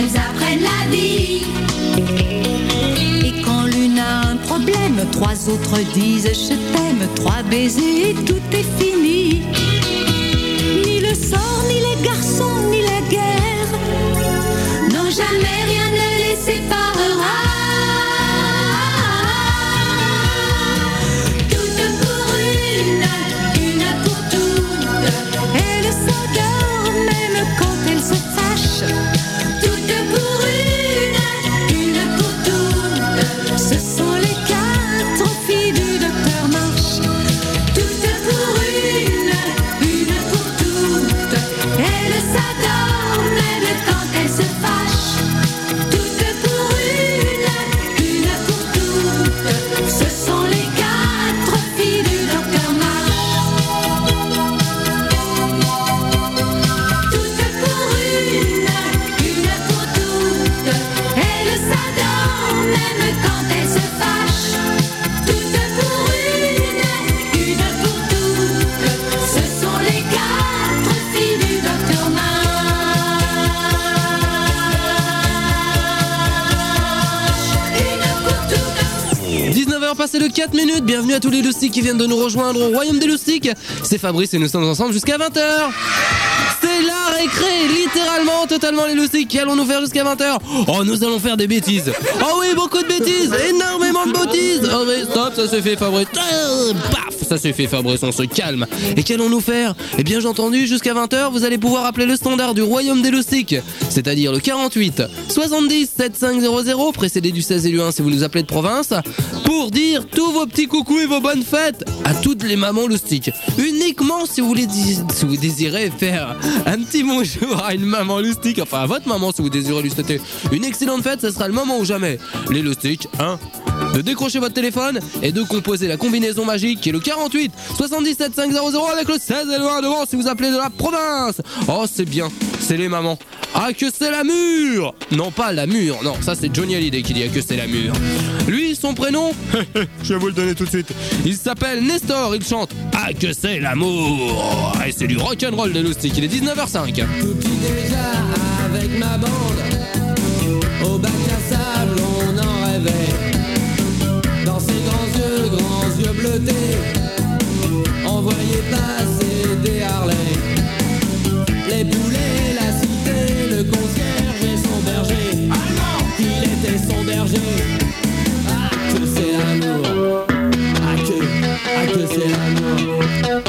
nous apprennent la vie. Et quand l'une a un problème, 3 autres disent je t'aime, 3 baisers et tout est fini. Ni le sort, ni les garçons, ni la guerre, non jamais rien ne les séparera. Passé de 4 minutes, bienvenue à tous les loustiques qui viennent de nous rejoindre au royaume des loustiques. C'est Fabrice et nous sommes ensemble jusqu'à 20h. C'est la récré, littéralement, totalement les loustiques. Qu'allons-nous faire jusqu'à 20h? Oh, nous allons faire des bêtises. Oh oui, beaucoup de bêtises, énormément de bêtises. Oh mais stop, ça suffit Fabrice. Paf, ça suffit Fabrice, on se calme. Et qu'allons-nous faire? Eh bien j'ai entendu, jusqu'à 20h, vous allez pouvoir appeler le standard du royaume des loustiques, c'est-à-dire le 48 70 7500, précédé du 16 et du 1 si vous nous appelez de province, pour dire tous vos petits coucous et vos bonnes fêtes à toutes les mamans loustiques. Uniquement si vous désirez faire un petit bonjour à une maman loustique, enfin à votre maman si vous désirez lui souhaiter une excellente fête, ce sera le moment ou jamais. Les loustiques, de décrocher votre téléphone et de composer la combinaison magique qui est le 48 77 500 avec le 16 et le 1 devant si vous appelez de la province. Oh c'est bien, c'est les mamans. Ah que c'est la mûre. Non pas la mûre, non ça c'est Johnny Hallyday qui dit ah, que c'est la mûre. Lui son prénom, je vais vous le donner tout de suite. Il s'appelle Nestor, il chante ah que c'est l'amour. Et c'est du rock'n'roll de loustiques, il est 19h05. Tout petit déjà avec ma bande, au bac à sable on en rêvait. Dans ses grands yeux bleutés, on voyait passer des Harley. Les boulets, la cité, le concierge et son berger. Il était son berger. Ah que c'est l'amour. Ah que c'est l'amour.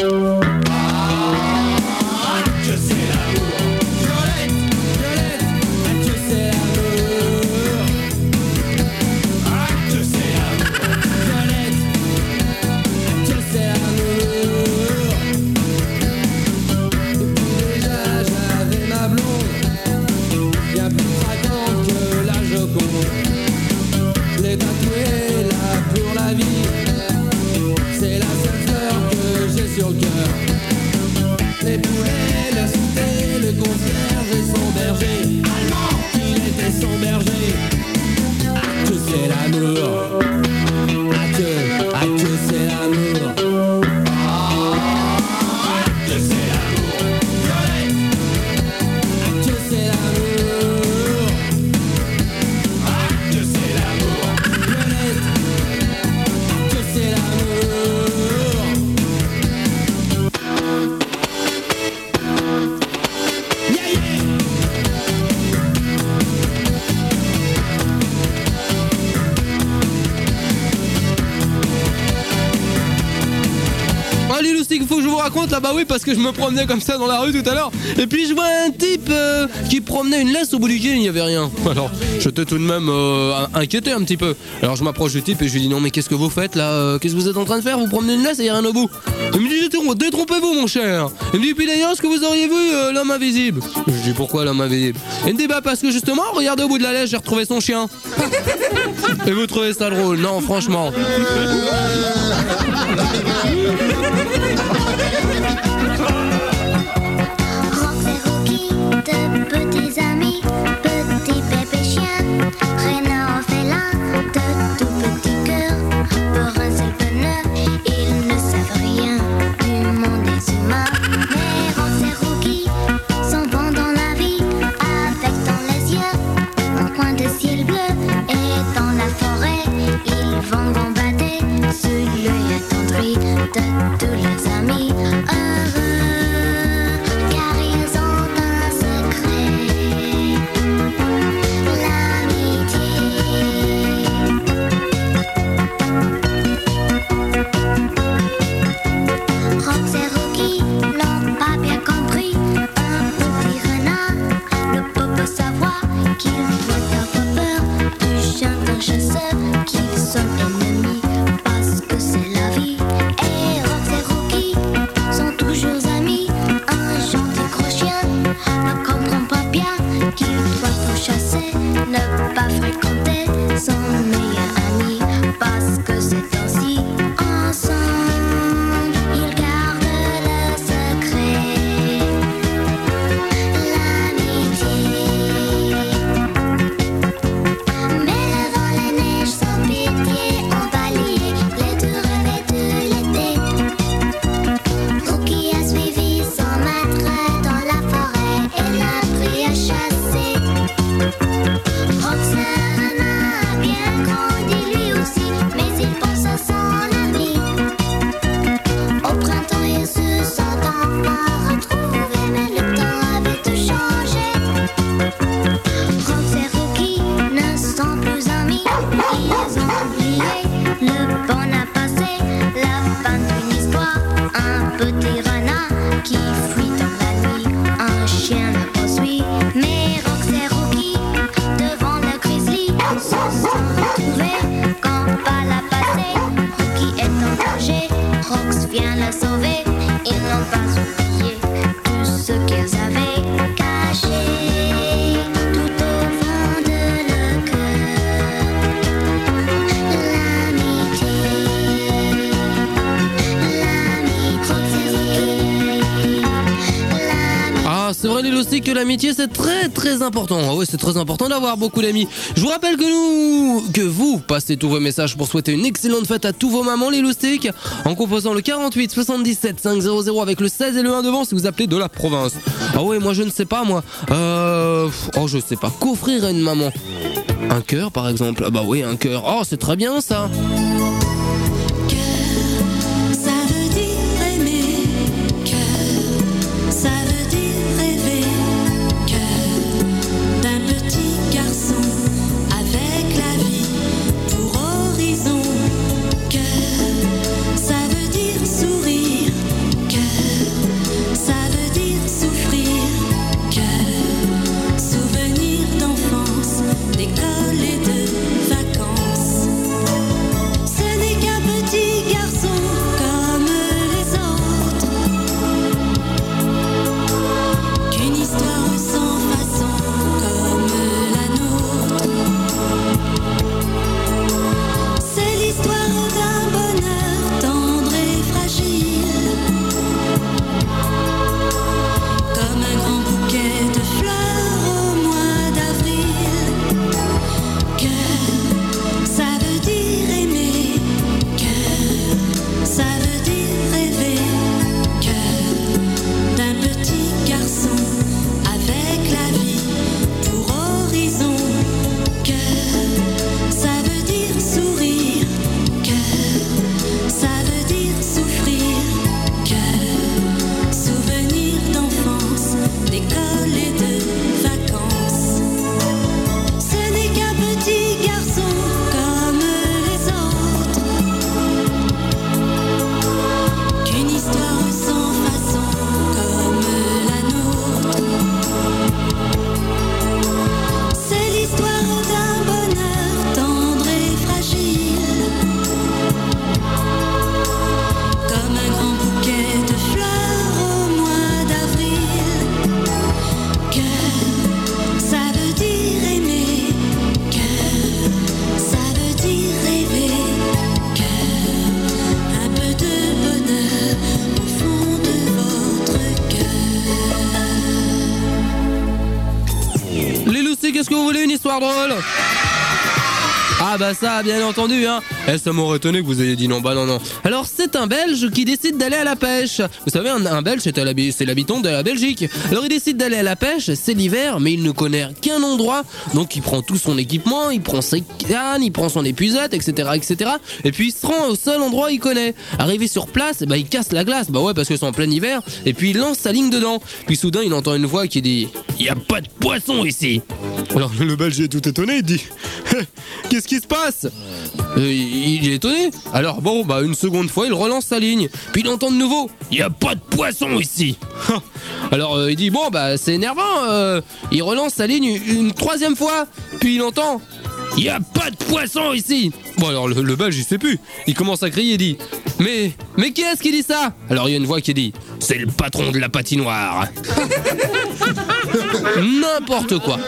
Ah que c'est l'amour. Violette, Violette, ah que c'est l'amour. Ah que c'est l'amour. Violette, ah que c'est l'amour. Depuis déjà j'avais ma blonde, bien plus craquante que la Joconde. Je l'ai tatouée là pour la vie. C'est la seule fleur que j'ai sur le cœur. Les poulets, la cité, le concierge et son berger. Allemand, il était son berger. Ah que c'est l'amour. Ah que c'est l'amour. Ah que c'est l'amour. Violette. Ah que c'est l'amour. Ah que c'est l'amour. Violette. Ah que c'est l'amour. Yeah, yeah. Ah les loustiques, faut que je vous raconte là, bah oui parce que je me promenais comme ça dans la rue tout à l'heure et puis je vois un type qui promenait une laisse au bout du quai, il n'y avait rien. Alors j'étais tout de même inquiété un petit peu. Alors je m'approche du type et je lui dis non mais qu'est-ce que vous faites là, qu'est-ce que vous êtes en train de faire, vous promenez une laisse et il n'y a rien au bout. Il me dit détrompez-vous mon cher. Il me dit puis d'ailleurs est-ce que vous auriez vu l'homme invisible. Je dis pourquoi l'homme invisible. Il me dit bah parce que justement regardez au bout de la laisse j'ai retrouvé son chien. Et vous trouvez ça drôle? Non franchement. De petits amis, petits bébés chiens, renard félin, de tout petits cœurs. Pour un seul bonheur, ils ne savent rien du monde des humains. Mais Rox et Rookie s'en vont dans la vie, avec dans les yeux de tous les amis heureux, car ils ont un secret, l'amitié. Rox et Rocky n'ont pas bien compris, un petit renard ne peut pas savoir qu'il faut avoir peur du chien d'un chasseur, qu'ils sont ennemis parce que c'est la vie. Et Rox et Rocky sont toujours amis, un gentil gros chien ne comprend pas bien qu'il doit faut chasser, ne pas fréquenter son meilleur ami, parce que c'est ainsi ensemble ils gardent le secret, l'amitié. Mais le vent, la neige sans pitié ont balayé les tournées de l'été. Rocky a suivi son maître dans la forêt et l'a appris à chasser. Rox le renard a bien grandi lui aussi, mais il pense à son ami. Au printemps ils se sont enfin retrouvés, mais le temps avait tout changé. Rox et Rocky ne sont plus amis, ils ont oublié le bon à passer, la fin d'une histoire. Un petit renard qui fuit dans la nuit, un chien le poursuit, mais Rox et Rocky devant le grizzly se sont retrouvés. Quand pas l'a passé, Rocky est en danger, Rox vient le sauver. Ils n'ont pas oublié tout ce qu'ils avaient caché tout au fond de leur cœur, l'amitié, Rox et Rocky, l'amitié. Ah, c'est vrai les loustiques que l'amitié c'est très très important. Ah ouais, c'est très important d'avoir beaucoup d'amis. Je vous rappelle que vous passez tous vos messages pour souhaiter une excellente fête à tous vos mamans les loustiques en composant le 48 77 500 avec le 16 et le 1 devant si vous appelez de la province. Ah ouais, moi je ne sais pas moi. Je sais pas. Qu'offrir à une maman? Un cœur par exemple. Ah bah oui, un cœur. Oh, c'est très bien ça. Ça veut dire aimer, cœur, ça veut dire rêver, cœur d'un petit garçon avec la vie pour horizon, cœur, ça veut dire sourire, cœur, ça veut dire souffrir, cœur, souvenir d'enfance, d'école et de vacances. Ce n'est qu'un petit garçon comme les autres, qu'une histoire sans façon comme la nôtre. C'est l'histoire d'un bonheur tendre et fragile, comme un grand bouquet de fleurs au mois d'avril. Cœur, ça veut dire aimer, cœur, ça veut dire rêver, cœur d'un petit garçon avec la vie pour horizon, cœur, ça veut dire sourire, cœur, ça veut dire souffrir, cœur, souvenir d'enfance, d'école et de vacances. Ce n'est qu'un petit garçon comme les autres, qu'une histoire sans façon comme la nôtre. C'est l'histoire d'un bonheur tendre et fragile, comme un grand bouquet de fleurs au mois d'avril. Cœur, ça veut dire aimer, cœur, ça veut dire rêver, cœur, un peu de bonheur au fond de votre cœur. Les loustiques, est-ce que vous voulez une histoire drôle? Ah bah ça, bien entendu, hein. Ça m'aurait étonné que vous ayez dit non. Bah non. Alors c'est un Belge qui décide d'aller à la pêche. Vous savez, un Belge c'est l'habitant de la Belgique. Alors il décide d'aller à la pêche, c'est l'hiver, mais il ne connaît qu'un endroit. Donc il prend tout son équipement, il prend ses cannes, il prend son épuisette, etc. Et puis il se rend au seul endroit où il connaît. Arrivé sur place, il casse la glace. Bah ouais, parce que c'est en plein hiver. Et puis il lance sa ligne dedans. Puis soudain il entend une voix qui dit: il y a pas de poisson ici. Alors le Belge est tout étonné, il dit: qu'est-ce qui se passe? Il est étonné. Alors bon, une seconde fois, il relance sa ligne. Puis il entend de nouveau: il y a pas de poisson ici. Alors il dit: bon, c'est énervant. Il relance sa ligne une troisième fois. Puis il entend: il y a pas de poisson ici. Bon, alors le Belge il sait plus. Il commence à crier, il dit: mais qui est-ce qui dit ça? Alors il y a une voix qui dit: c'est le patron de la patinoire. N'importe quoi.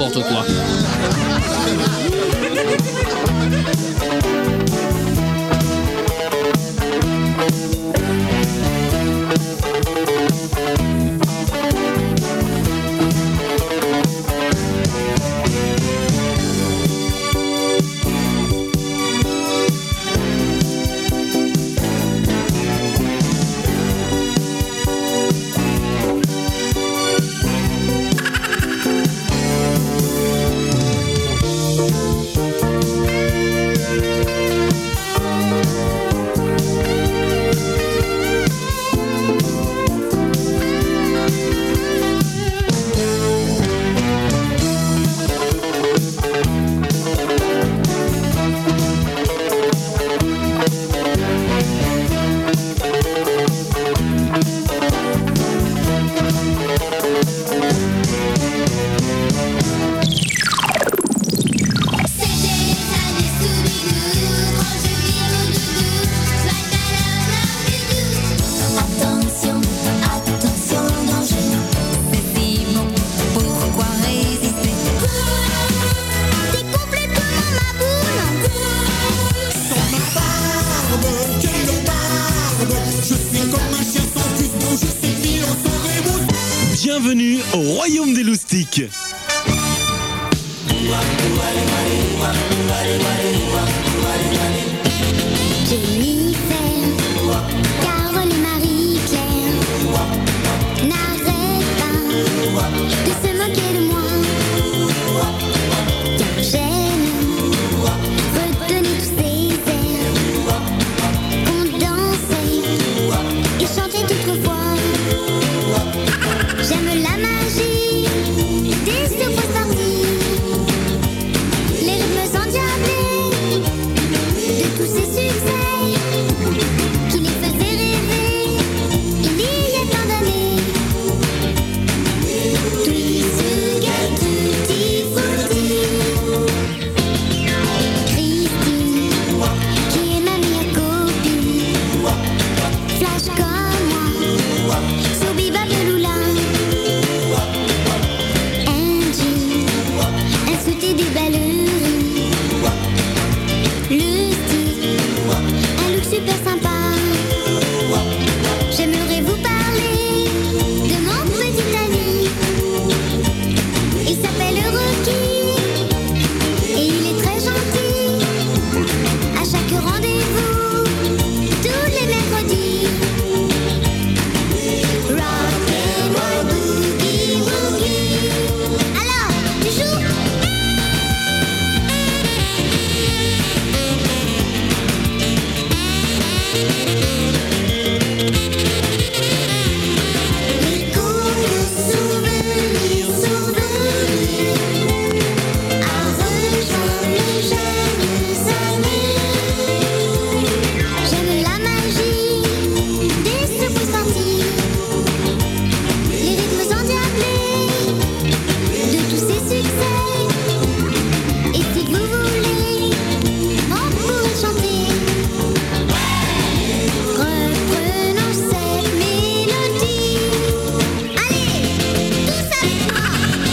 Bienvenue au royaume des loustiques. Jennifer, Carole et Marie-Claire n'arrêtent pas de se moquer de moi, car j'aime retenir tous ces airs qu'on dansait et chantait autrefois. J'aime la magie des super parties, les rythmes endiablés de tous ces succès qui les faisaient rêver il y a tant d'années. Tout ce gars tutti frutti, Christine qui est ma meilleure copine, Flash comme moi, Sobi Babelula, Angie, elle sautait des ballerines, le style, un look super sympa. J'aimerais vous parler de mon petit ami. Il s'appelle Rocky et il est très gentil. À chaque rendez-vous, tous les mercredis. Rock and roll boogie woogie. Alors, tu joues? Les coups de souvenirs à rejoindre les jeunes années. J'aime la magie des super parties, les rythmes endiablés de tous ces succès. Et si vous voulez, on pourrait chanter. Reprenons cette mélodie. Allez, tous avec moi.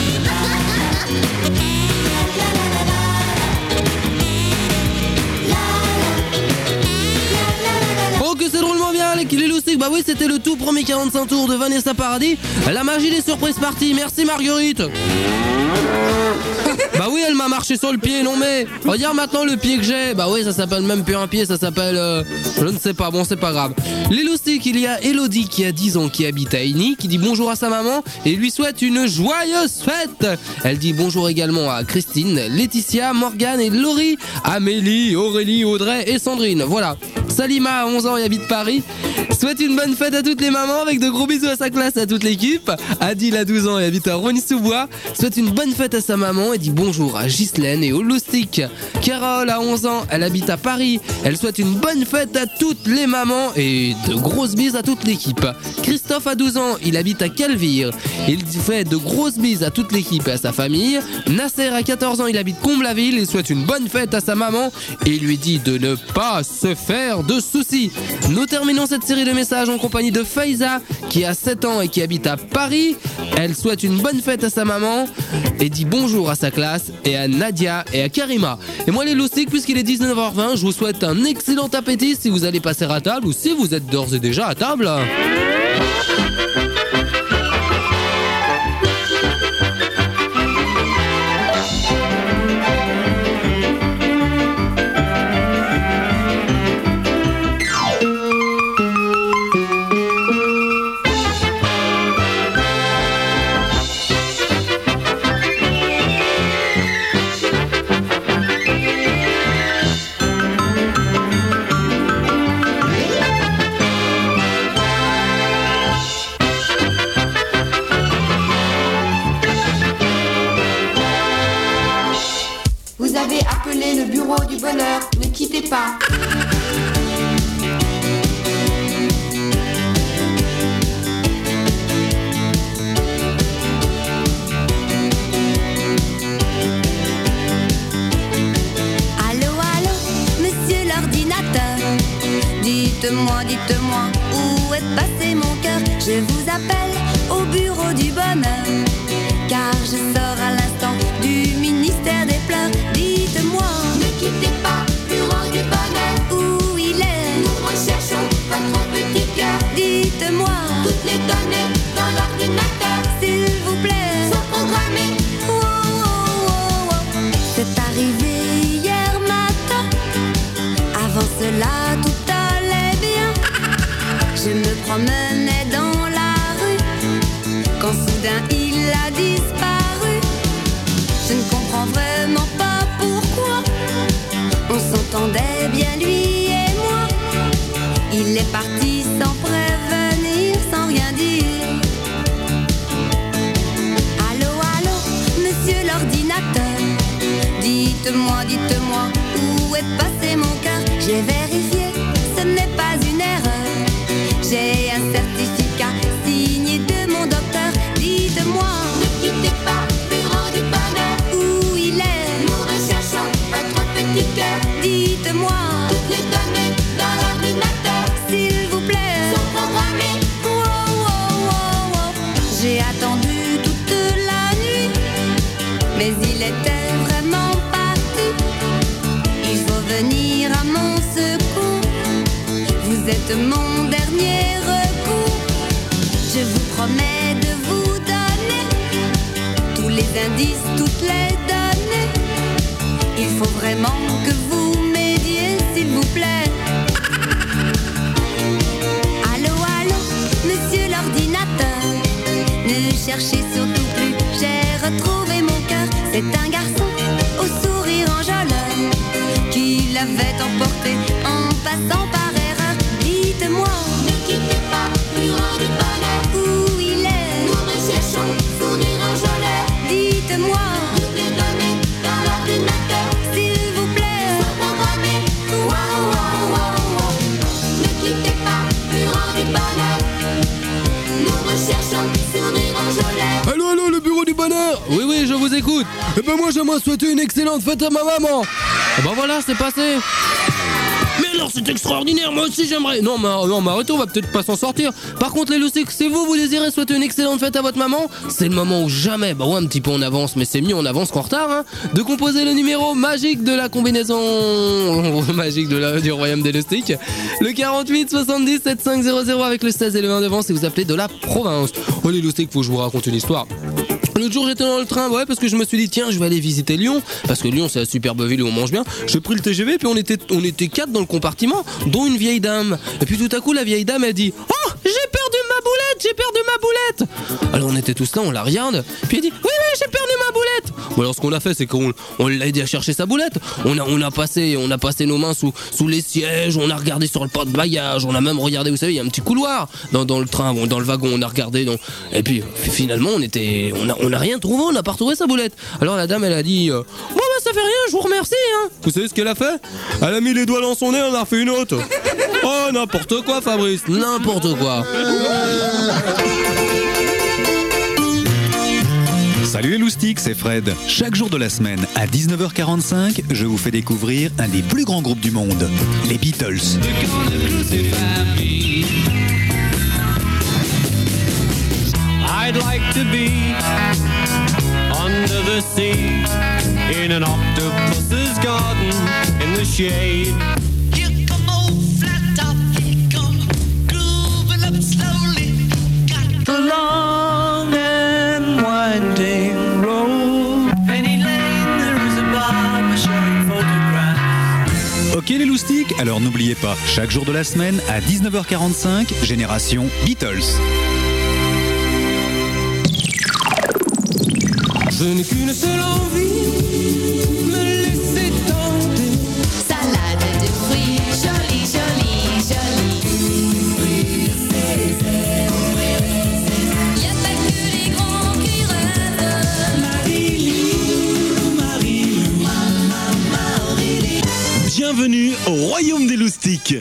Oh que c'est drôlement bien les loustiques. Bah oui, c'était le tout premier 45 tours de Vanessa Paradis, la magie des surprises parties. Merci Marguerite. Bah oui, elle m'a marché sur le pied, non mais regarde maintenant le pied que j'ai. Bah oui, ça s'appelle même plus un pied, ça s'appelle je ne sais pas, bon c'est pas grave. Les loustiques, il y a Elodie qui a 10 ans qui habite à Igny, qui dit bonjour à sa maman et lui souhaite une joyeuse fête. Elle dit bonjour également à Christine, Laetitia, Morgane et Laurie, Amélie, Aurélie, Audrey et Sandrine. Voilà. Salima a 11 ans et habite Paris, souhaite une bonne fête à toutes les mamans avec de gros bisous à sa classe et à toute l'équipe. Adil a 12 ans et habite à Rosny-sous-Bois, souhaite une bonne fête à sa maman et dit bonjour à Ghislaine et aux loustiques. Carole a 11 ans, elle habite à Paris, elle souhaite une bonne fête à toutes les mamans et de grosses bises à toute l'équipe. Christophe a 12 ans, il habite à Calvire, il fait de grosses bises à toute l'équipe et à sa famille. Nasser a 14 ans, il habite Comble-la-Ville, il souhaite une bonne fête à sa maman et lui dit de ne pas se faire de soucis. Nous terminons cette série de messages en compagnie de Faiza qui a 7 ans et qui habite à Paris. Elle souhaite une bonne fête à sa maman et dit bonjour à sa classe et à Nadia et à Karima. Et moi les loustiques, puisqu'il est 19h20, je vous souhaite un excellent appétit si vous allez passer à table ou si vous êtes d'ores et déjà à table. bonheur, ne quittez pas. Allô, allô, monsieur l'ordinateur. Dites-moi, dites-moi, où est passé mon cœur? Je vous appelle au bureau du bonheur, car je sors à l'instant du ministère des pleurs. Dites-moi, Ne quittez pas, bureau du bonheur. où il est? Nous recherchons votre petit cœur. Dites-moi, Toutes les données dans l'ordinateur s'il vous plaît. sont programmées. Oh, oh, oh, oh. C'est arrivé hier matin. Avant cela, tout allait bien. Je me promenais dans la rue, quand soudain il a disparu. Je ne comprends vraiment pas pourquoi. On s'entendait bien lui et moi. Il est parti sans prévenir, sans rien dire. Allô, allô, monsieur l'ordinateur. Dites-moi, dites-moi, où est passé mon cœur? J'ai vérifié, ce n'est pas une erreur. J'ai un certificat signé de mon docteur. Dites-moi, Ne quittez pas, bureau du bonheur. où il est? Nous recherchons votre petit cœur. Dites-moi, Toutes les données dans l'ordinateur s'il vous plaît. sont programmées. Oh, oh, oh, oh. J'ai attendu toute la nuit, mais il était vraiment parti. Il faut venir à mon secours. Vous êtes mon dernier recours. Je vous promets de vous donner tous les indices, toutes les données. Il faut vraiment que vous m'aidiez, s'il vous plaît. Allô, allô, monsieur l'ordinateur. Ne cherchez surtout plus, j'ai retrouvé mon cœur. C'est un garçon au sourire enjôleur qui l'avait emporté en passant par erreur. Dites-moi, Ne quittez pas, bureau du bonheur. où il est? Nous recherchons sourire enjôleur. Dites-moi, Toutes les données dans l'ordinateur s'il vous plaît. sont programmées. Wow, wow, wow, wow. Ne quittez pas, bureau du bonheur. Nous recherchons sourire enjôleur. Allô, allô, le bureau du bonheur. Oui, oui, je vous écoute. Eh ben moi, j'aimerais souhaiter une excellente fête à ma maman. Eh ben voilà, c'est passé. Mais alors, c'est extraordinaire, moi aussi j'aimerais. Non, mais arrêtez, on va peut-être pas s'en sortir. Par contre, les loustiques, si vous désirez souhaiter une excellente fête à votre maman, c'est le moment où jamais, bah ouais, un petit peu en avance, mais c'est mieux en avance qu'en retard, hein, de composer le numéro magique de la combinaison magique du royaume des loustiques. Le 48 70 7500 avec le 16 et le 1 devant si vous appelez de la province. Oh, les loustiques, faut que je vous raconte une histoire. L'autre jour j'étais dans le train, ouais, parce que je me suis dit tiens je vais aller visiter Lyon, parce que Lyon c'est la superbe ville où on mange bien. J'ai pris le TGV puis on était 4 dans le compartiment, dont une vieille dame. Et puis tout à coup la vieille dame elle dit oh j'ai perdu ma boulette. Alors on était tous là, on la regarde, puis elle dit oui j'ai perdu ma boulette. Bon alors ce qu'on a fait c'est qu'on l'a aidé à chercher sa boulette. On a passé nos mains sous les sièges, on a regardé sur le porte-bagages, on a même regardé, vous savez il y a un petit couloir dans le train, bon, dans le wagon on a regardé, et puis finalement on a rien trouvé, on n'a pas retrouvé sa boulette. Alors la dame elle a dit bon bah ça fait rien, je vous remercie hein. Vous savez ce qu'elle a fait? Elle a mis les doigts dans son nez, elle en a refait une autre. Oh n'importe quoi Fabrice, n'importe quoi. Salut les loustiques, c'est Fred. Chaque jour de la semaine à 19h45, je vous fais découvrir un des plus grands groupes du monde, les Beatles. I'd like to be under the sea in an octopus's garden in the shade. Here come old flat top, he come grooving up slowly. Got the long and winding road. Penny Lane, there is a barber showing photographs. Ok les loustiques, alors n'oubliez pas, chaque jour de la semaine à 19h45, génération Beatles. Je n'ai qu'une seule envie, me laisser tenter. Salade de fruits, jolie, jolie, jolie. Y'a pas que les grands qui rêvent. Bienvenue au Royaume des Loustiques.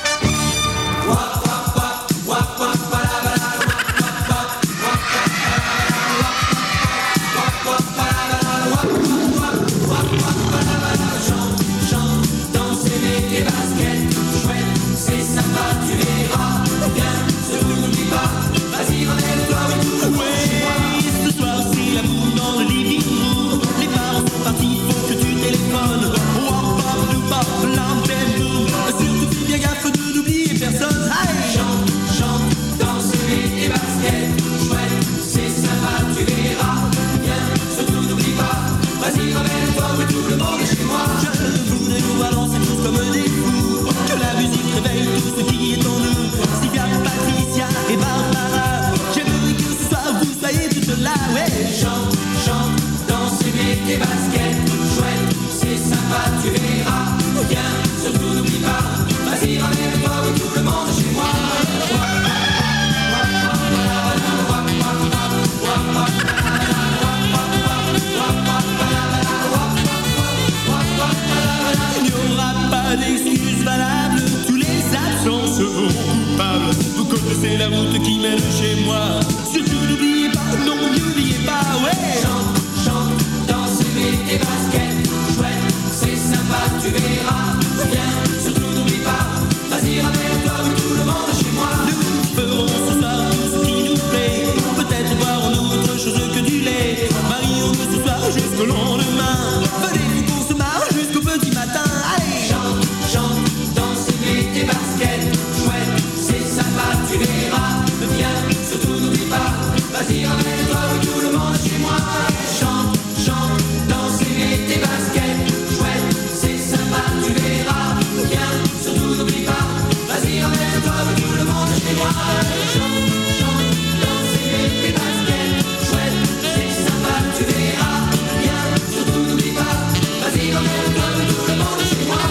C'est la route qui mène chez moi. Surtout n'oubliez pas, non n'oubliez pas, ouais. Chante, chante, danse, mets tes baskets. Chouette, c'est sympa, tu verras. Viens, surtout n'oublie pas. Vas-y, ramène-toi, oui, tout le monde chez moi. Nous ferons ce soir tout ce qui nous plaît. Peut-être boirons-nous autre chose que du lait. Marions-nous ce soir jusqu'au lendemain. Venez-vous qu'on se marre jusqu'au petit matin. Allez, chante, chante, danse, mets tes baskets. Chouette, c'est sympa, tu verras. Viens, surtout n'oublie pas. Vas-y, ramène-toi, oui, tout le monde chez moi. Chante, chante, danse et mets tes baskets. Chouette, c'est sympa, tu verras. Viens, surtout n'oublie pas. Vas-y, ramène-toi, oui, tout le monde chez moi. Chante, chante, danse et mets tes baskets. Chouette, c'est sympa, tu verras. Viens, surtout n'oublie pas. Vas-y, ramène-toi, oui, tout le monde chez moi.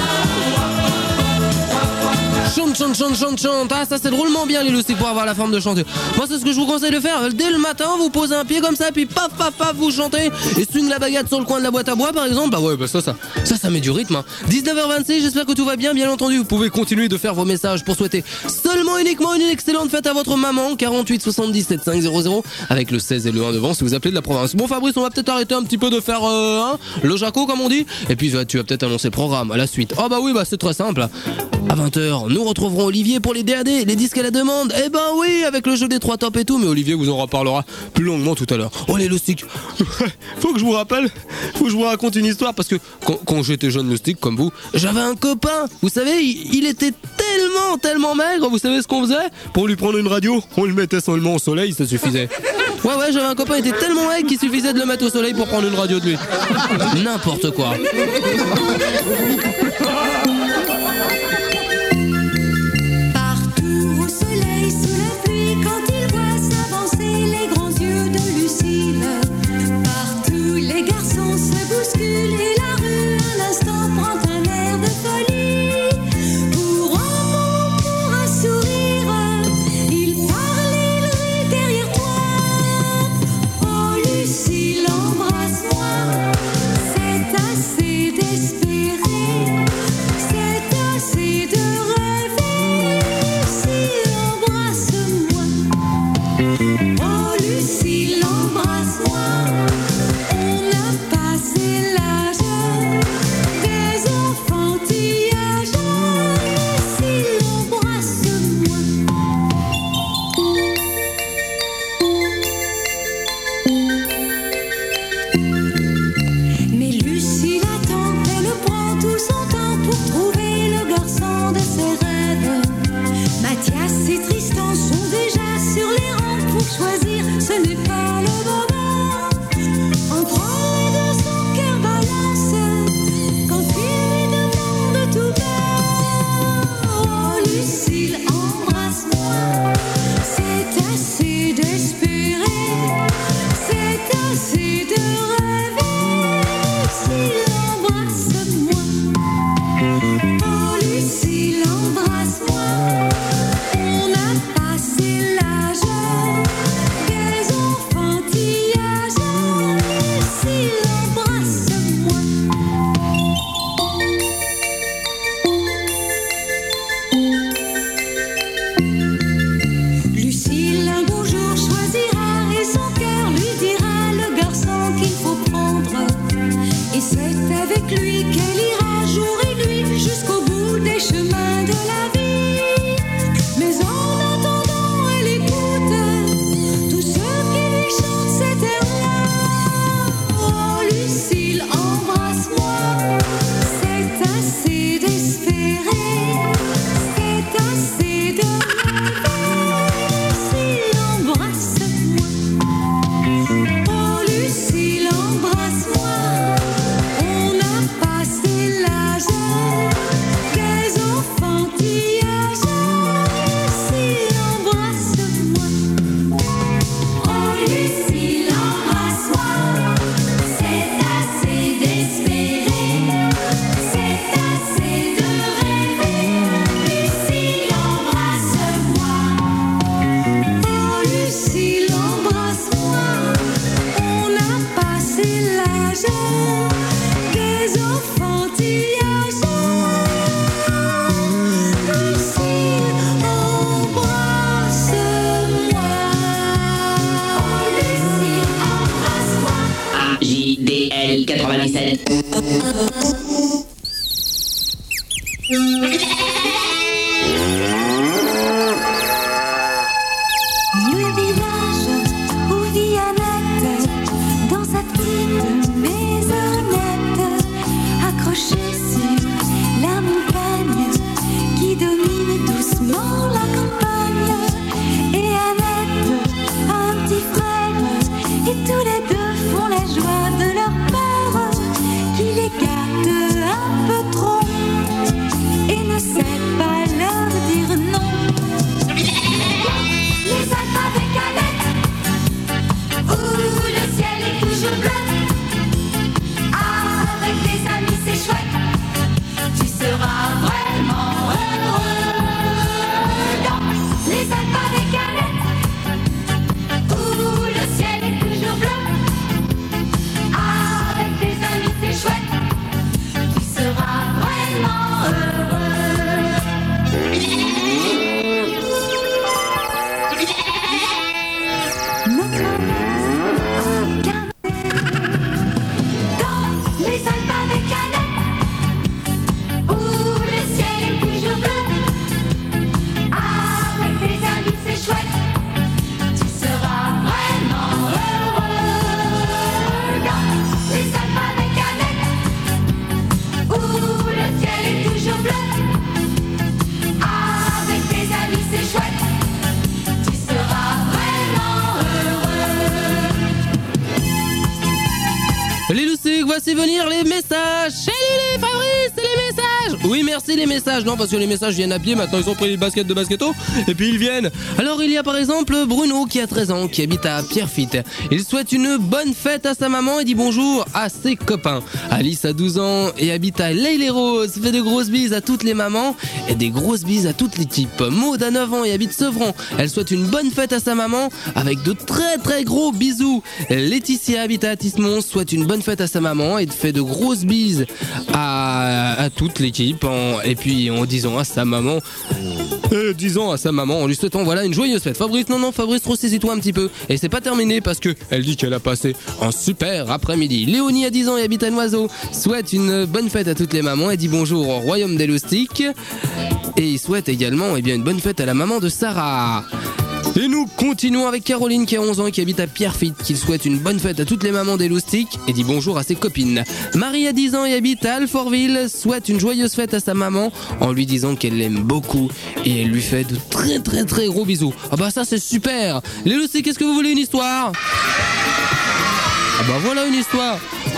Chante. Ah, ça c'est drôlement bien les loustiques pour avoir la forme de chanter. Moi c'est ce que je vous conseille de faire. Dès le matin, vous posez un pied comme ça, puis paf, paf, paf, vous chantez. Et swing la baguette sur le coin de la boîte à bois par exemple. Bah ouais, bah ça met du rythme. Hein. 19h26, j'espère que tout va bien. Bien entendu, vous pouvez continuer de faire vos messages pour souhaiter seulement uniquement une excellente fête à votre maman. 48 77 500 avec le 16 et le 1 devant si vous appelez de la province. Bon Fabrice, on va peut-être arrêter un petit peu de faire le jaco comme on dit. Et puis tu vas peut-être annoncer le programme à la suite. Oh bah oui, bah c'est très simple. À 20h, nous retrouverons Olivier pour les DAD, les disques à la demande. Eh ben oui, avec le jeu des 3 tops et tout, mais Olivier vous en reparlera plus longuement tout à l'heure. Oh les loustiques, faut que je vous raconte une histoire parce que quand j'étais jeune loustique comme vous, j'avais un copain. Vous savez, il était tellement maigre, vous savez ce qu'on faisait? Pour lui prendre une radio, on le mettait seulement au soleil, ça suffisait. Ouais, j'avais un copain, il était tellement hec qu'il suffisait de le mettre au soleil pour prendre une radio de lui. N'importe quoi. Partout au soleil, sous la pluie, quand il voit s'avancer les grands yeux de Lucille. Partout les garçons se bousculent et la rue un instant prend un air de folie. Pour un mot, pour un sourire, il parle, il rit derrière toi. Oh Lucille, embrasse-moi, c'est assez d'espérer, c'est assez de rêver. Lucille, embrasse-moi. Oh Lucille, embrasse-moi. On a passé l'âge des enfantillages. Lucille, embrasse-moi. Mais Lucille attend, elle prend tout son temps pour trouver le garçon de ses rêves. Mathias et Tristan sont déjà sur les rangs pour choisir, ce n'est pas le moment. Entre les deux, son cœur balance quand il lui demande tout bas. Oh Lucille, embrasse-moi, c'est assez d'espérer, c'est assez de rêver. Lucille, embrasse-moi. Oh Lucille, embrasse-moi. On a passé l'âge des enfantillages. Lucille, embrasse-moi. Lucille un beau jour choisira et son cœur lui dira le garçon qu'il faut prendre. Et c'est avec lui qu'elle ira jour et nuit jusqu'au bout des chemins de la vie. Mais en attendant, elle écoute tous ceux qui lui chantent cet air-là. Oh Lucille, embrasse-moi, c'est assez d'espérer, c'est assez de rêver. Lucille, embrasse-moi. Oh Lucille, embrasse-moi. On a passé l'âge des enfantillages. Lucille, embrasse-moi. Oh Lucille, embrasse-moi. C'est assez d'espérer, c'est assez de rêver. Lucille, embrasse-moi. Oh Lucille, embrasse-moi. On a passé l'âge des enfantillages. Lucille, embrasse-moi. Oh Lucille, embrasse-moi. JDL 97. Le village où vit Annette, dans sa petite maisonnette, accrochée sur la montagne qui domine doucement la campagne. Et Annette a un petit frère, et tous les deux font la joie de leur père, qui les gâte un peu trop et ne sait voici venir les messages. Salut les Fabrice, c'est les messages. Oui, merci les messages. Non, parce que les messages viennent à pied. Maintenant, ils ont pris les baskets de basketto et puis ils viennent. Alors, il y a par exemple Bruno qui a 13 ans, qui habite à Pierrefitte. Il souhaite une bonne fête à sa maman et dit bonjour à ses copains. Alice a 12 ans et habite à l'Île-et-Rose. Fait de grosses bises à toutes les mamans et des grosses bises à toute l'équipe. Maud a 9 ans et habite Sevran. Elle souhaite une bonne fête à sa maman avec de très très gros bisous. Laetitia habite à Atismont, souhaite une bonne fête à sa maman et fait de grosses bises à toute l'équipe et puis en disant à sa maman en lui souhaitant voilà une joyeuse fête. Fabrice, non Fabrice, ressaisis-toi un petit peu. Et c'est pas terminé parce que elle dit qu'elle a passé un super après-midi. Léonie a 10 ans et habite à Noiseau, souhaite une bonne fête à toutes les mamans et dit bonjour au Royaume des Loustiques. Et il souhaite également une bonne fête à la maman de Sarah. Et nous continuons avec Caroline qui a 11 ans et qui habite à Pierrefitte, qui souhaite une bonne fête à toutes les mamans des loustiques et dit bonjour à ses copines. Marie a 10 ans et habite à Alfortville, souhaite une joyeuse fête à sa maman en lui disant qu'elle l'aime beaucoup et elle lui fait de très très très gros bisous. Ah bah ça c'est super. Les loustiques, est-ce que vous voulez une histoire? Ah bah voilà une histoire.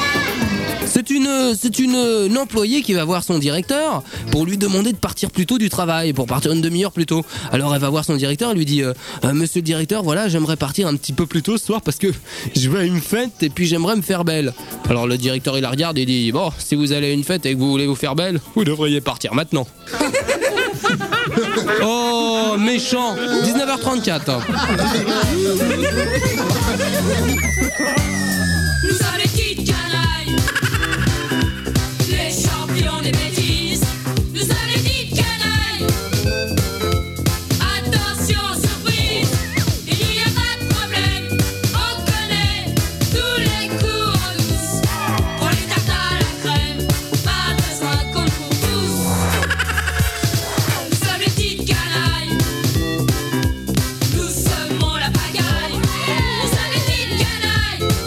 C'est une employée qui va voir son directeur pour lui demander de partir plus tôt du travail, pour partir une demi-heure plus tôt. Alors elle va voir son directeur et lui dit monsieur le directeur, voilà, j'aimerais partir un petit peu plus tôt ce soir parce que je vais à une fête et puis j'aimerais me faire belle. Alors le directeur il la regarde et dit bon, si vous allez à une fête et que vous voulez vous faire belle, vous devriez partir maintenant. Oh, méchant. 19h34. Nous sommes les petites canailles, les champions des bêtises. Nous sommes les petites canailles. Attention, surprise, il n'y a pas de problème. On connaît tous les coups en douce. Pour les tartes à la crème, pas besoin qu'on court tous. Nous sommes les petites canailles, nous semons la pagaille. Nous sommes les petites canailles.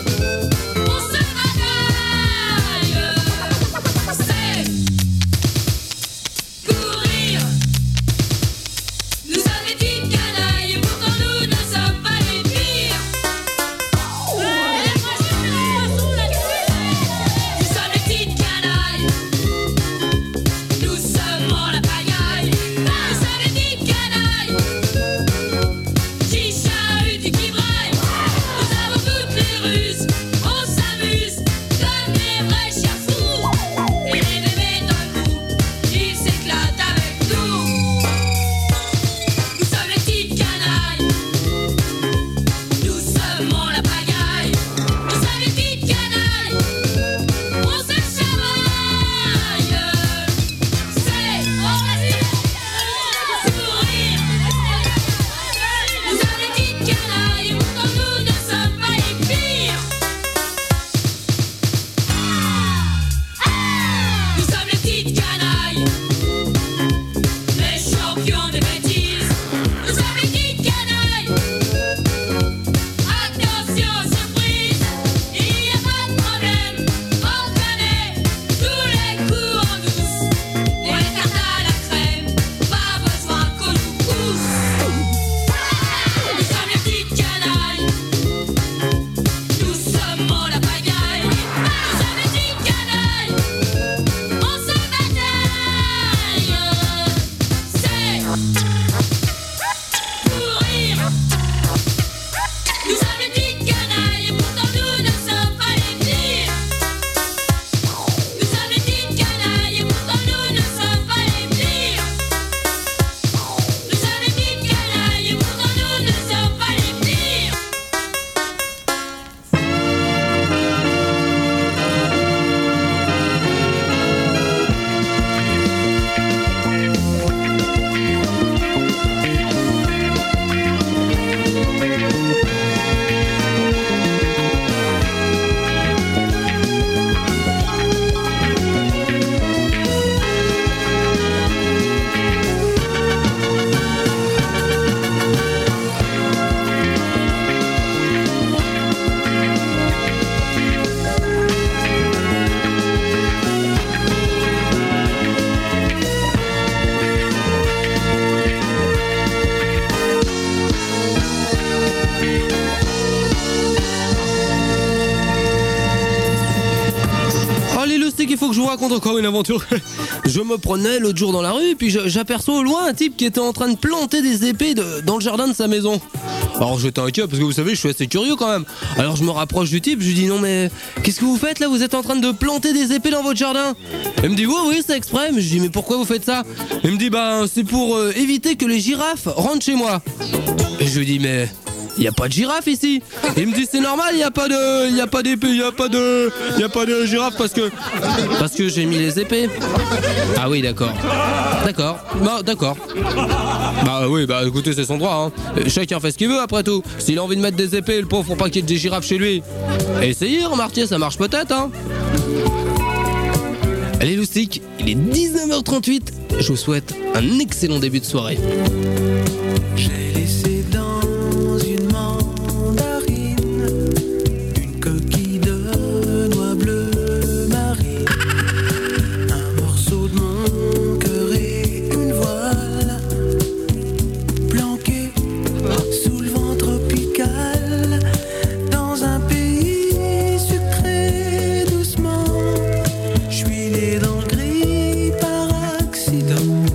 faut que je vous raconte encore une aventure. Je me prenais l'autre jour dans la rue, puis j'aperçois au loin un type qui était en train de planter des épées dans le jardin de sa maison. Alors j'étais inquiet parce que vous savez, je suis assez curieux quand même. Alors je me rapproche du type, je lui dis non mais qu'est-ce que vous faites là? Vous êtes en train de planter des épées dans votre jardin? Il me dit oui c'est exprès. Mais je dis mais pourquoi vous faites ça? Il me dit c'est pour éviter que les girafes rentrent chez moi. Et je lui dis mais il y a pas de girafe ici. Et il me dit c'est normal, il y a pas d'épée, il y a pas de girafe parce que j'ai mis les épées. Ah oui, d'accord. D'accord. Bah oui, écoutez, c'est son droit hein. Chacun fait ce qu'il veut après tout. S'il a envie de mettre des épées, le pauvre, pour pas qu'il y ait des girafes chez lui. Essayez, remarquez, ça marche peut-être hein. Allez Loustic, il est 19h38. Je vous souhaite un excellent début de soirée. J'ai laissé dans une mandarine une coquille de noix bleues marine, un morceau de mon cœur et une voile planqués sous le vent tropical dans un pays sucré doucement. Je suis né dans le gris par accident.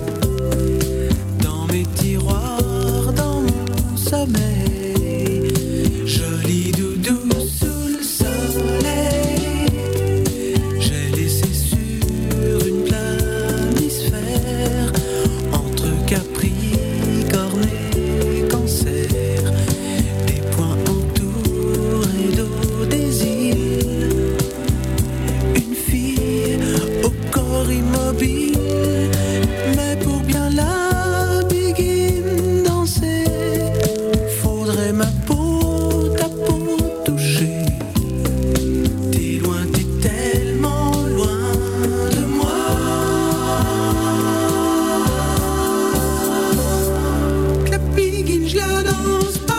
Dans mes tiroirs, dans mon sommeil, joli doudou sous le soleil. J'ai laissé sur une planisphère entre Capricorne et Cancer des points entourés d'eau des îles. Une fille au corps immobile, mais pour bien la biguine danser, faudrait ma peau, ta peau toucher. T'es loin, t'es tellement loin de moi. Que la biguine, je la danse pas.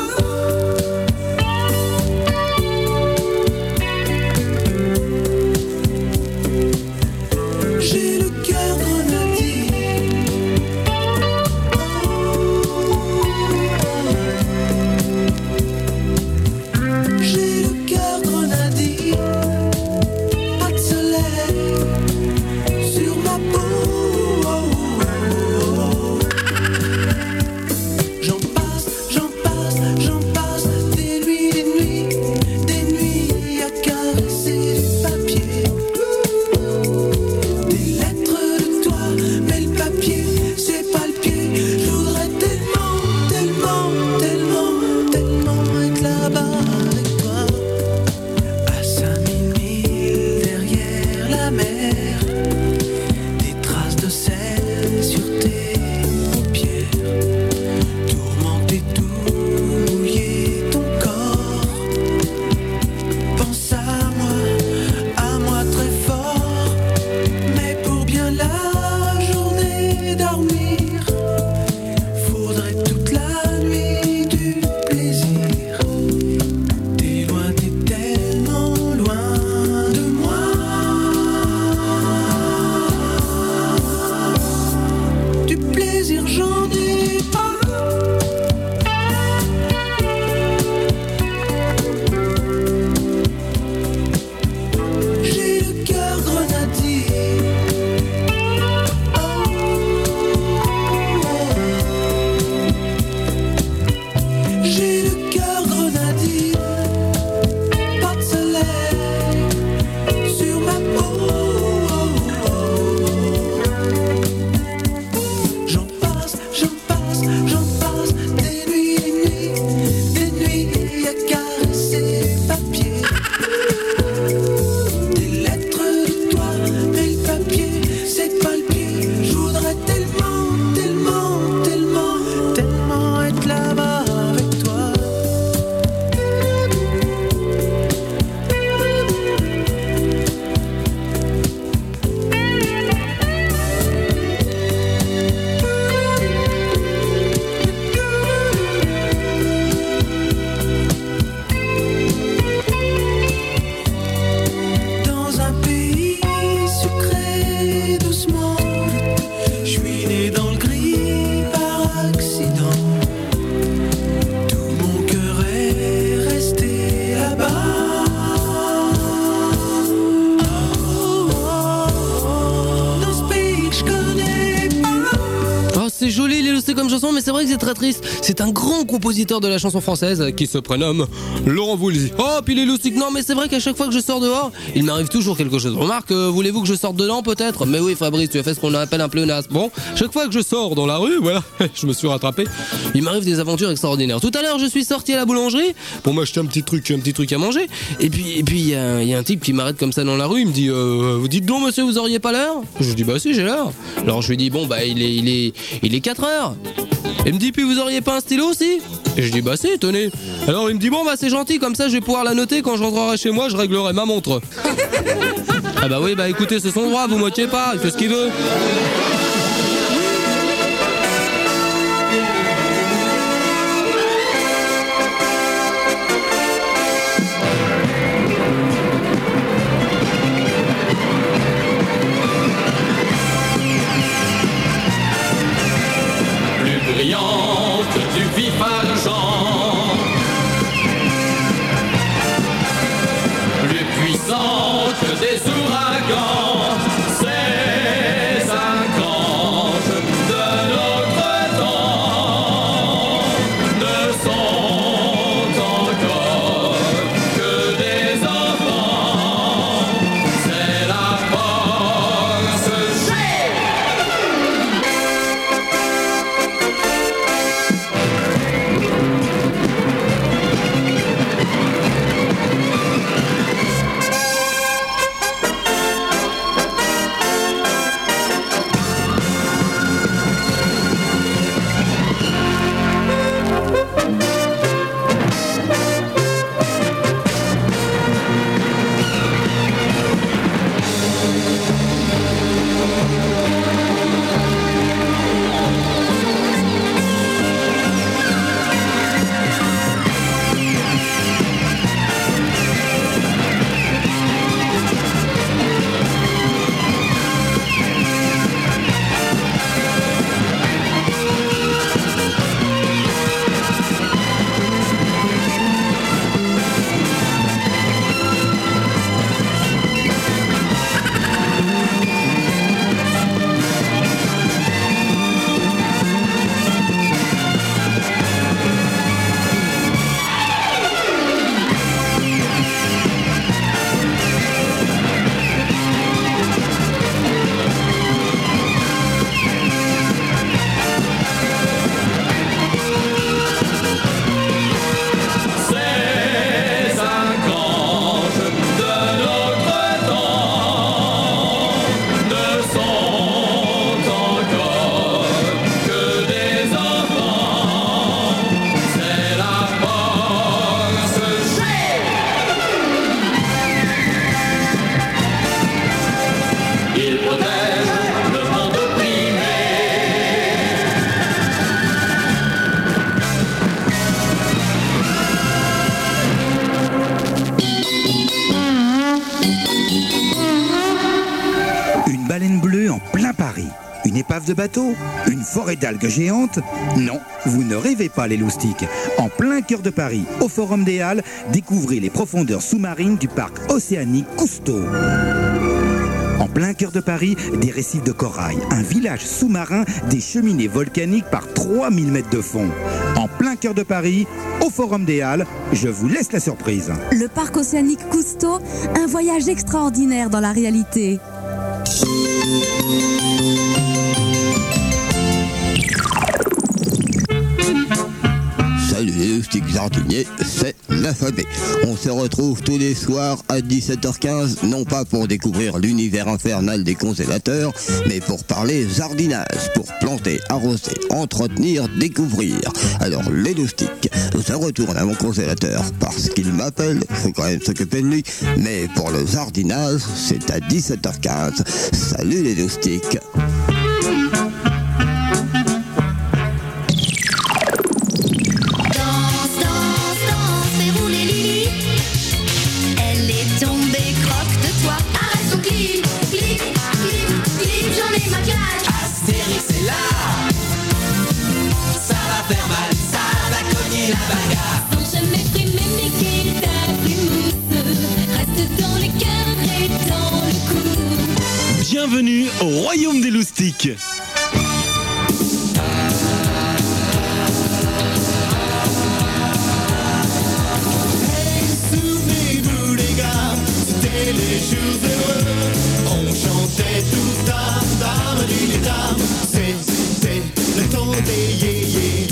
J'ai le cœur grenadier. J'ai le cœur grenadier. Pas de soleil sur ma peau. J'en passe des nuits à caresser du papier. Des lettres loustiques comme chanson, mais c'est vrai que c'est très triste. C'est un grand compositeur de la chanson française qui se prénomme Laurent Voulzy. Oh, puis les loustiques, non, mais c'est vrai qu'à chaque fois que je sors dehors, il m'arrive toujours quelque chose. Remarque, voulez-vous que je sorte dedans peut-être? Mais oui, Fabrice, tu as fait ce qu'on appelle un pléonasme. Bon, chaque fois que je sors dans la rue, voilà, je me suis rattrapé. Il m'arrive des aventures extraordinaires. Tout à l'heure, je suis sorti à la boulangerie pour m'acheter un petit truc à manger. Et puis il y a un type qui m'arrête comme ça dans la rue. Il me dit, vous dites donc, monsieur, vous auriez pas l'heure? Je lui dis, bah si, j'ai l'heure. Alors je lui dis, bon, bah il est 4 heures. Il me dit, puis vous auriez pas un stylo aussi? Et je dis, bah si, tenez. Alors il me dit, bon, bah c'est gentil, comme ça je vais pouvoir la noter. Quand je rentrerai chez moi, je réglerai ma montre. Ah bah oui, bah écoutez, c'est son droit, vous moquez pas, il fait ce qu'il veut. Brillante du vif argent, plus puissante que des ouragans, ces archanges de notre temps ne sont encore que des enfants. C'est la force G. Une épave de bateau? Une forêt d'algues géantes? Non, vous ne rêvez pas les loustiques. En plein cœur de Paris, au Forum des Halles, découvrez les profondeurs sous-marines du parc océanique Cousteau. En plein cœur de Paris, des récifs de corail, un village sous-marin, des cheminées volcaniques par 3000 mètres de fond. En plein cœur de Paris, au Forum des Halles, je vous laisse la surprise. Le parc océanique Cousteau, un voyage extraordinaire dans la réalité. Salut les loustiques jardiniers, c'est l'alphabet. On se retrouve tous les soirs à 17h15, non pas pour découvrir l'univers infernal des congélateurs, mais pour parler jardinage, pour planter, arroser, entretenir, découvrir. Alors les loustiques, je retourne à mon congélateur parce qu'il m'appelle, il faut quand même s'occuper de lui, mais pour le jardinage, c'est à 17h15. Salut les loustiques. Bienvenue au Royaume des Loustiques. des jours heureux. On chantait tous dame, dame, les dames. C'était le temps des yéyés.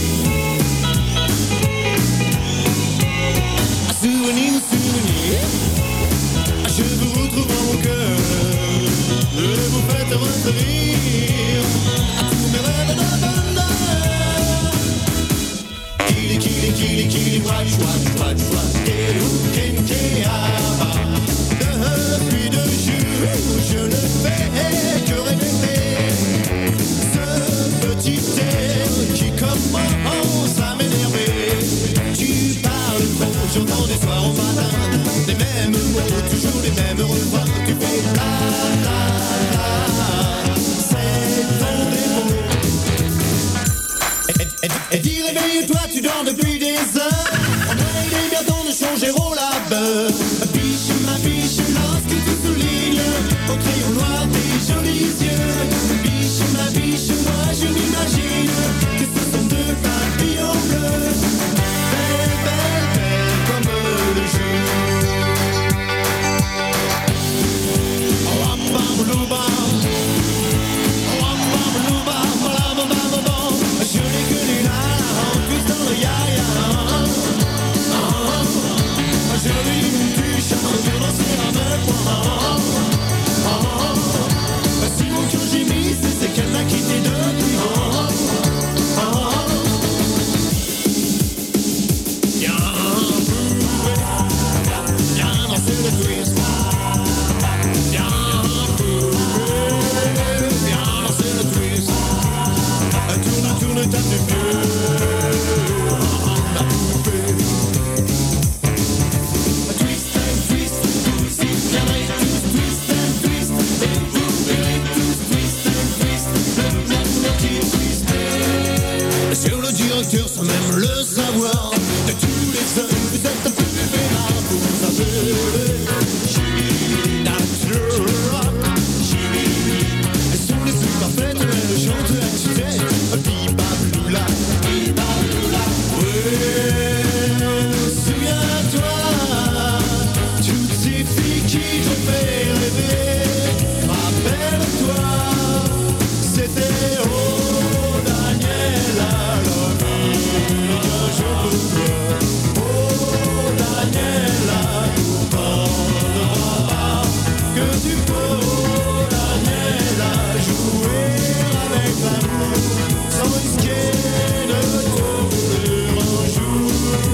Souvenir, souvenir, je vous retrouve dans mon cœur. Vous faites revenir à tous mes rêves de bonheur. Kili, kili, kili, kili, watch, watch, watch, watch, keru, ken, keaba. Depuis 2 jours, je ne fais que répéter ce petit air qui commence à m'énerver. Tu parles trop, j'entends des soirs au matin, les mêmes mots, toujours les mêmes refrains. Tu fais la la la, c'est ton défaut. Et dis réveille-toi, tu dors depuis des heures. En vrai, il est bien temps de changer au labeur. Biche, ma biche, lorsque tu soulignes au crayon noir tes jolis yeux. Biche, ma biche, moi je m'imagine que ce sont 2 papillons bleus. Belle, belle, belle comme le jour. Oh, am, bam, louba. Oh, am, bam, louba. Bam, bam, bam, bam. Je n'ai que les larmes, tous dans le ya-ya. Je lui tu chantes, je danser avec moi. Si mon cœur gémit, c'est qu'elle m'a quitté depuis. Viens danser le twist. Viens danser le twist. Tourne, tourne, tape du pied. Twist and twist, tous y viendrez tous. Twist and twist, et vous verrez tous. Twist and twist, le petit twisté. Sur le directeur sans même le savoir, de tous les hommes, vous êtes un peu vénard. Vous appelez Jimmy, that's your rock. Jimmy, elles sont les plus parfaites, elles chantent à tue-tête. Bibabloula, bibabloula, ouais. Souviens-toi, toutes ces filles qui t'ont fait rêver. Rappelle-toi, c'était oh Daniela, la vie qu'un jour pour toi. Oh Daniela, nous parlera pas que tu peux. Oh Daniela, jouer avec l'amour sans risquer de tomber un jour.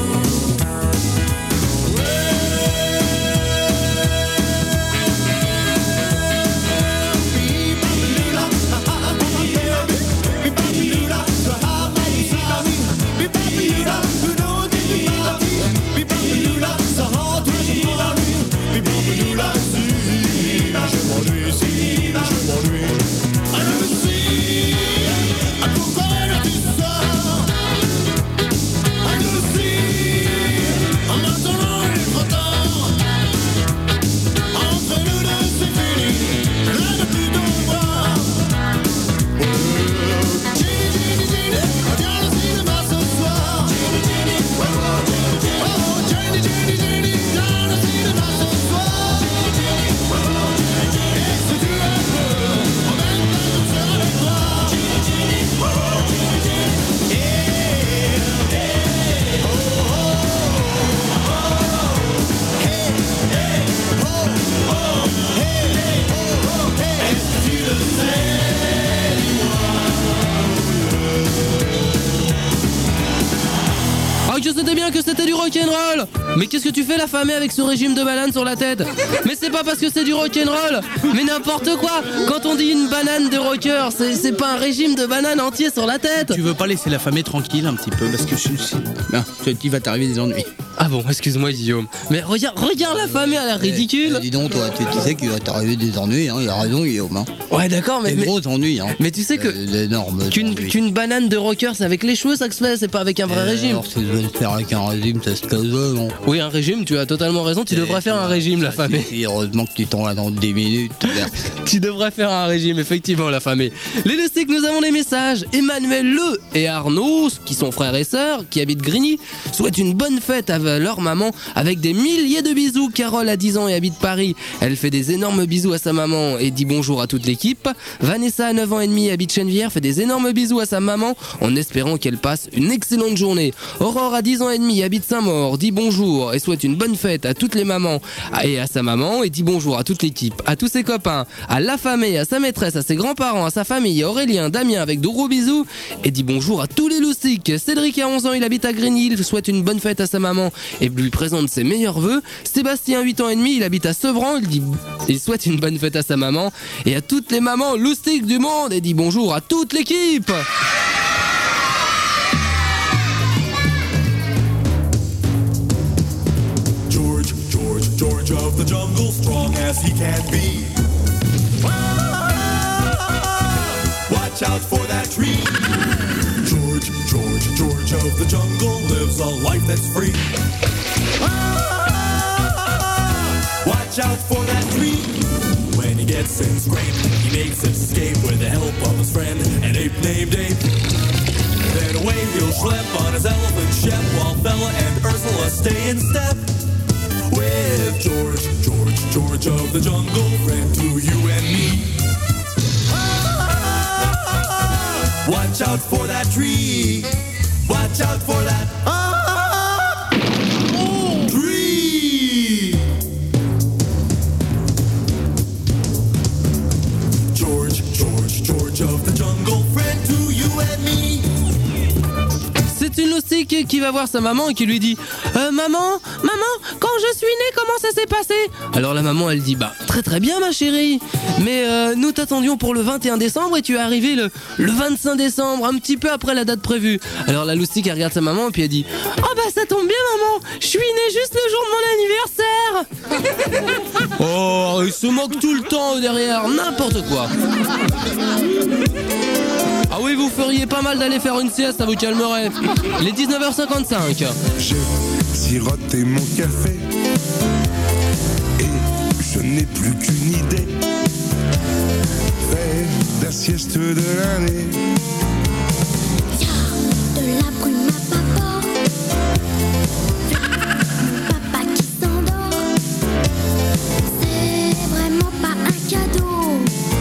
C'était bien que c'était du rock'n'roll. Mais qu'est-ce que tu fais l'affamé avec ce régime de banane sur la tête? Mais c'est pas parce que c'est du rock'n'roll. Mais n'importe quoi. Quand on dit une banane de rocker, c'est pas un régime de banane entier sur la tête. Tu veux pas laisser l'affamé tranquille un petit peu parce que il va t'arriver des ennuis. Ah bon, excuse-moi Guillaume. Mais regarde l'affamé, elle a l'air ridicule. Dis donc toi, tu sais qu'il va t'arriver des ennuis, hein. Il a raison Guillaume. Hein. Ouais d'accord, mais... Des gros ennuis, hein. Mais tu sais que... Qu'une banane de rocker, c'est avec les cheveux ça que se fait, c'est pas avec un vrai régime. Alors si je vais le faire avec un régime, ça se casse, non. Oui, un régime, tu as totalement raison. Tu devrais faire un régime, l'affamé. Heureusement que tu t'en vas dans 10 minutes. Tu devrais faire un régime, effectivement, l'affamé. Les loustiques, nous avons les messages. Emmanuel Le et Arnaud, qui sont frères et sœurs, qui habitent Grigny, souhaitent une bonne fête à leur maman avec des milliers de bisous. Carole a 10 ans et habite Paris. Elle fait des énormes bisous à sa maman et dit bonjour à toute l'équipe. Vanessa a 9 ans et demi et habite Chennevières, fait des énormes bisous à sa maman en espérant qu'elle passe une excellente journée. Aurore a 10 ans et demi et habite Saint-Maur, dit bonjour et souhaite une bonne fête à toutes les mamans et à sa maman et dit bonjour à toute l'équipe, à tous ses copains, à l'affamé, à sa maîtresse, à ses grands-parents, à sa famille, à Aurélien, Damien avec de gros bisous et dit bonjour à tous les loustiques. Cédric a 11 ans, il habite à Grigny, il souhaite une bonne fête à sa maman et lui présente ses meilleurs vœux. Sébastien, 8 ans et demi, il habite à Sevran, il souhaite une bonne fête à sa maman et à toutes les mamans loustiques du monde et dit bonjour à toute l'équipe. George of the jungle, strong as he can be. Watch out for that tree. George of the jungle lives a life that's free. Watch out for that tree. When he gets in scrape, he makes his escape with the help of his friend, an ape named Ape. Then away he'll schlep on his elephant ship, while Bella and Ursula stay in step. With George of the jungle, friend to you and me. Watch out for that tree. Watch out for that tree. George of the jungle, friend to you and me. C'est une loustique qui va voir sa maman et qui lui dit maman, quand je suis née, comment ça s'est passé? Alors la maman, elle dit très bien ma chérie, mais nous t'attendions pour le 21 décembre et tu es arrivé le 25 décembre, un petit peu après la date prévue. Alors la loustique, elle regarde sa maman et puis elle dit ça tombe bien maman, je suis née juste le jour de mon anniversaire. Oh, il se moque tout le temps derrière, n'importe quoi. Ah oui, vous feriez pas mal d'aller faire une sieste, ça vous calmerait. Il est 19h55. J'ai siroté mon café et je n'ai plus qu'une idée. Faire la sieste de l'année. De la brume à papa. Papa qui s'endort. C'est vraiment pas un cadeau.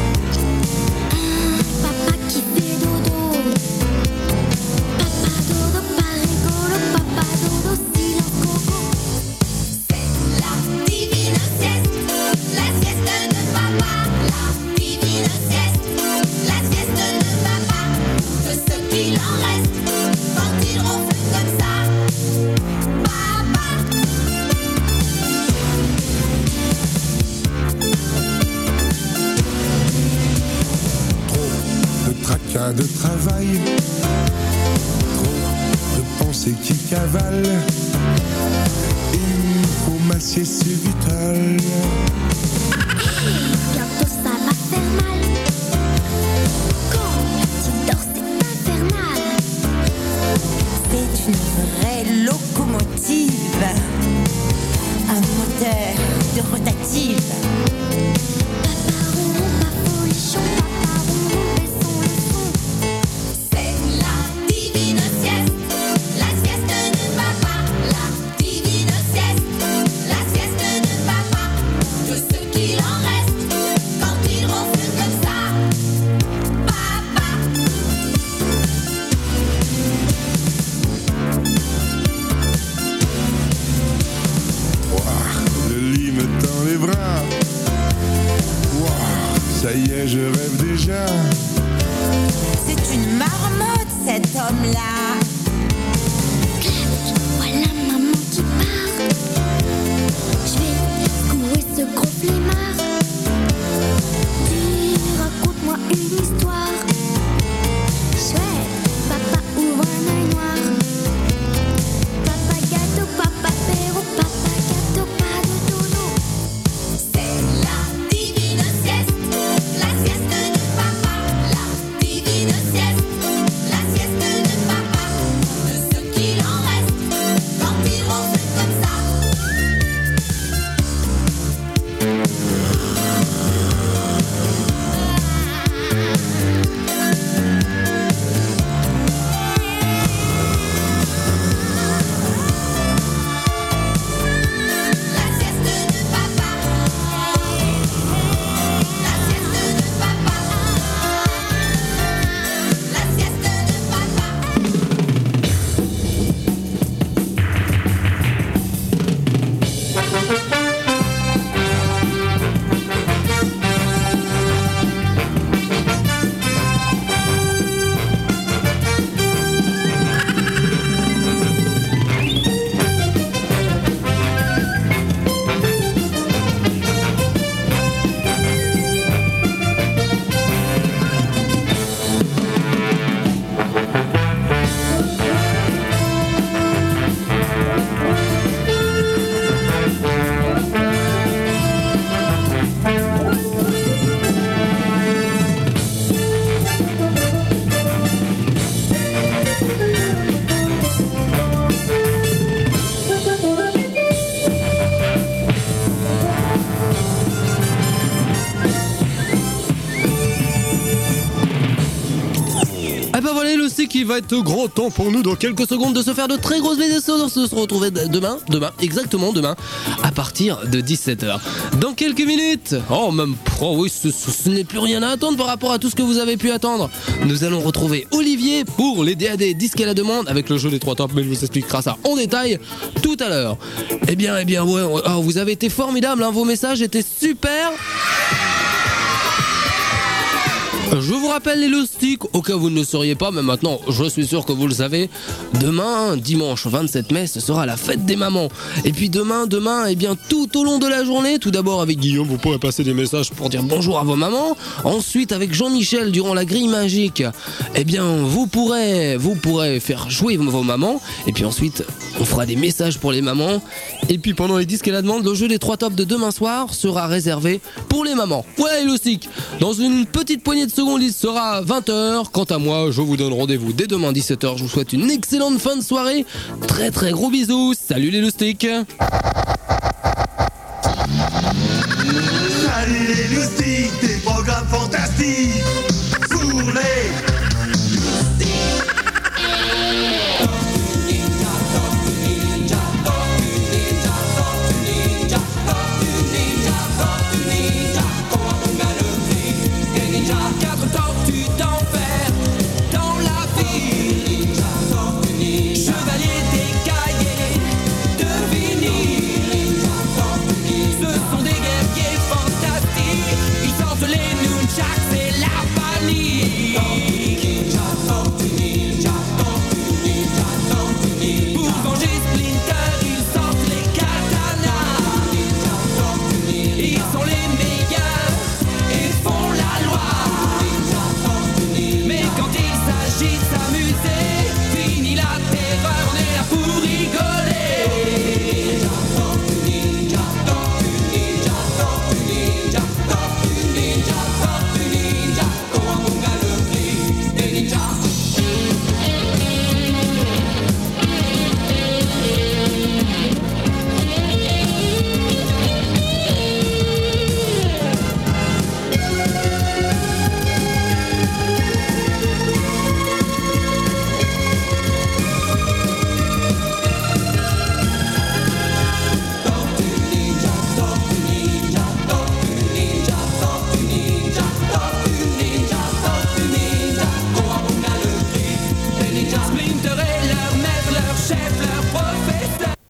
Papa qui fait dodo. Papa dodo pas rigolo. Papa dodo silence coco. C'est la divine sieste. La sieste de papa. La divine sieste. La sieste de papa. De ce qu'il en reste. Quand il ronfle comme ça. Papa. Trop de tracas de travail, trop de pensées qui cavalent. Il faut ma sieste vitale. Bientôt ça va faire mal. Quand tu dors c'est infernal. C'est une vraie locomotive, un moteur de rotative. Papa ronron, pas folichon. Papa ronron, baissons le son. C'est la divine sieste. La sieste de papa. La divine sieste. La sieste de papa. De ce qu'il en reste. Quand il ronfle comme ça. Papa. Le lit me tend les bras. Ça y est, je rêve déjà. C'est une marmotte cet homme-là. Voilà maman qui part. Je vais secouer ce gros flemmard. Dis, raconte-moi une histoire. Chouette, papa ouvre un œil noir. Papa gâteau, papa perro, papa gâteau, pas de dodo. C'est la divine sieste. La sieste de papa. La divine sieste. La sieste de papa. De ce qu'il en reste. Quand il ronfle comme ça. Ah bah voilà, le stick, il va être grand temps pour nous dans quelques secondes de se faire de très grosses bêtises, de se retrouver demain, exactement demain, à partir de 17h. Dans quelques minutes, oui, ce n'est plus rien à attendre par rapport à tout ce que vous avez pu attendre. Nous allons retrouver Olivier pour les DAD disques à la demande avec le jeu des 3 tops, mais je vous expliquerai ça en détail tout à l'heure. Eh bien, ouais, vous avez été formidables, hein, vos messages étaient super. Je vous rappelle les loustiques, au cas où vous ne le sauriez pas, mais maintenant je suis sûr que vous le savez. Demain, dimanche 27 mai, ce sera la fête des mamans. Et puis demain, tout au long de la journée, tout d'abord avec Guillaume, vous pourrez passer des messages pour dire bonjour à vos mamans. Ensuite avec Jean-Michel, durant la grille magique, vous pourrez faire jouer vos mamans. Et puis ensuite, on fera des messages pour les mamans. Et puis pendant les disques et la demande, le jeu des 3 tops de demain soir sera réservé pour les mamans. Voilà les loustiques. Dans une petite poignée de secondes, il sera 20h. Quant à moi, je vous donne rendez-vous dès demain 17h. Je vous souhaite une excellente fin de soirée. Très très gros bisous. Salut les loustiques. Salut les loustiques, des programmes fantastiques.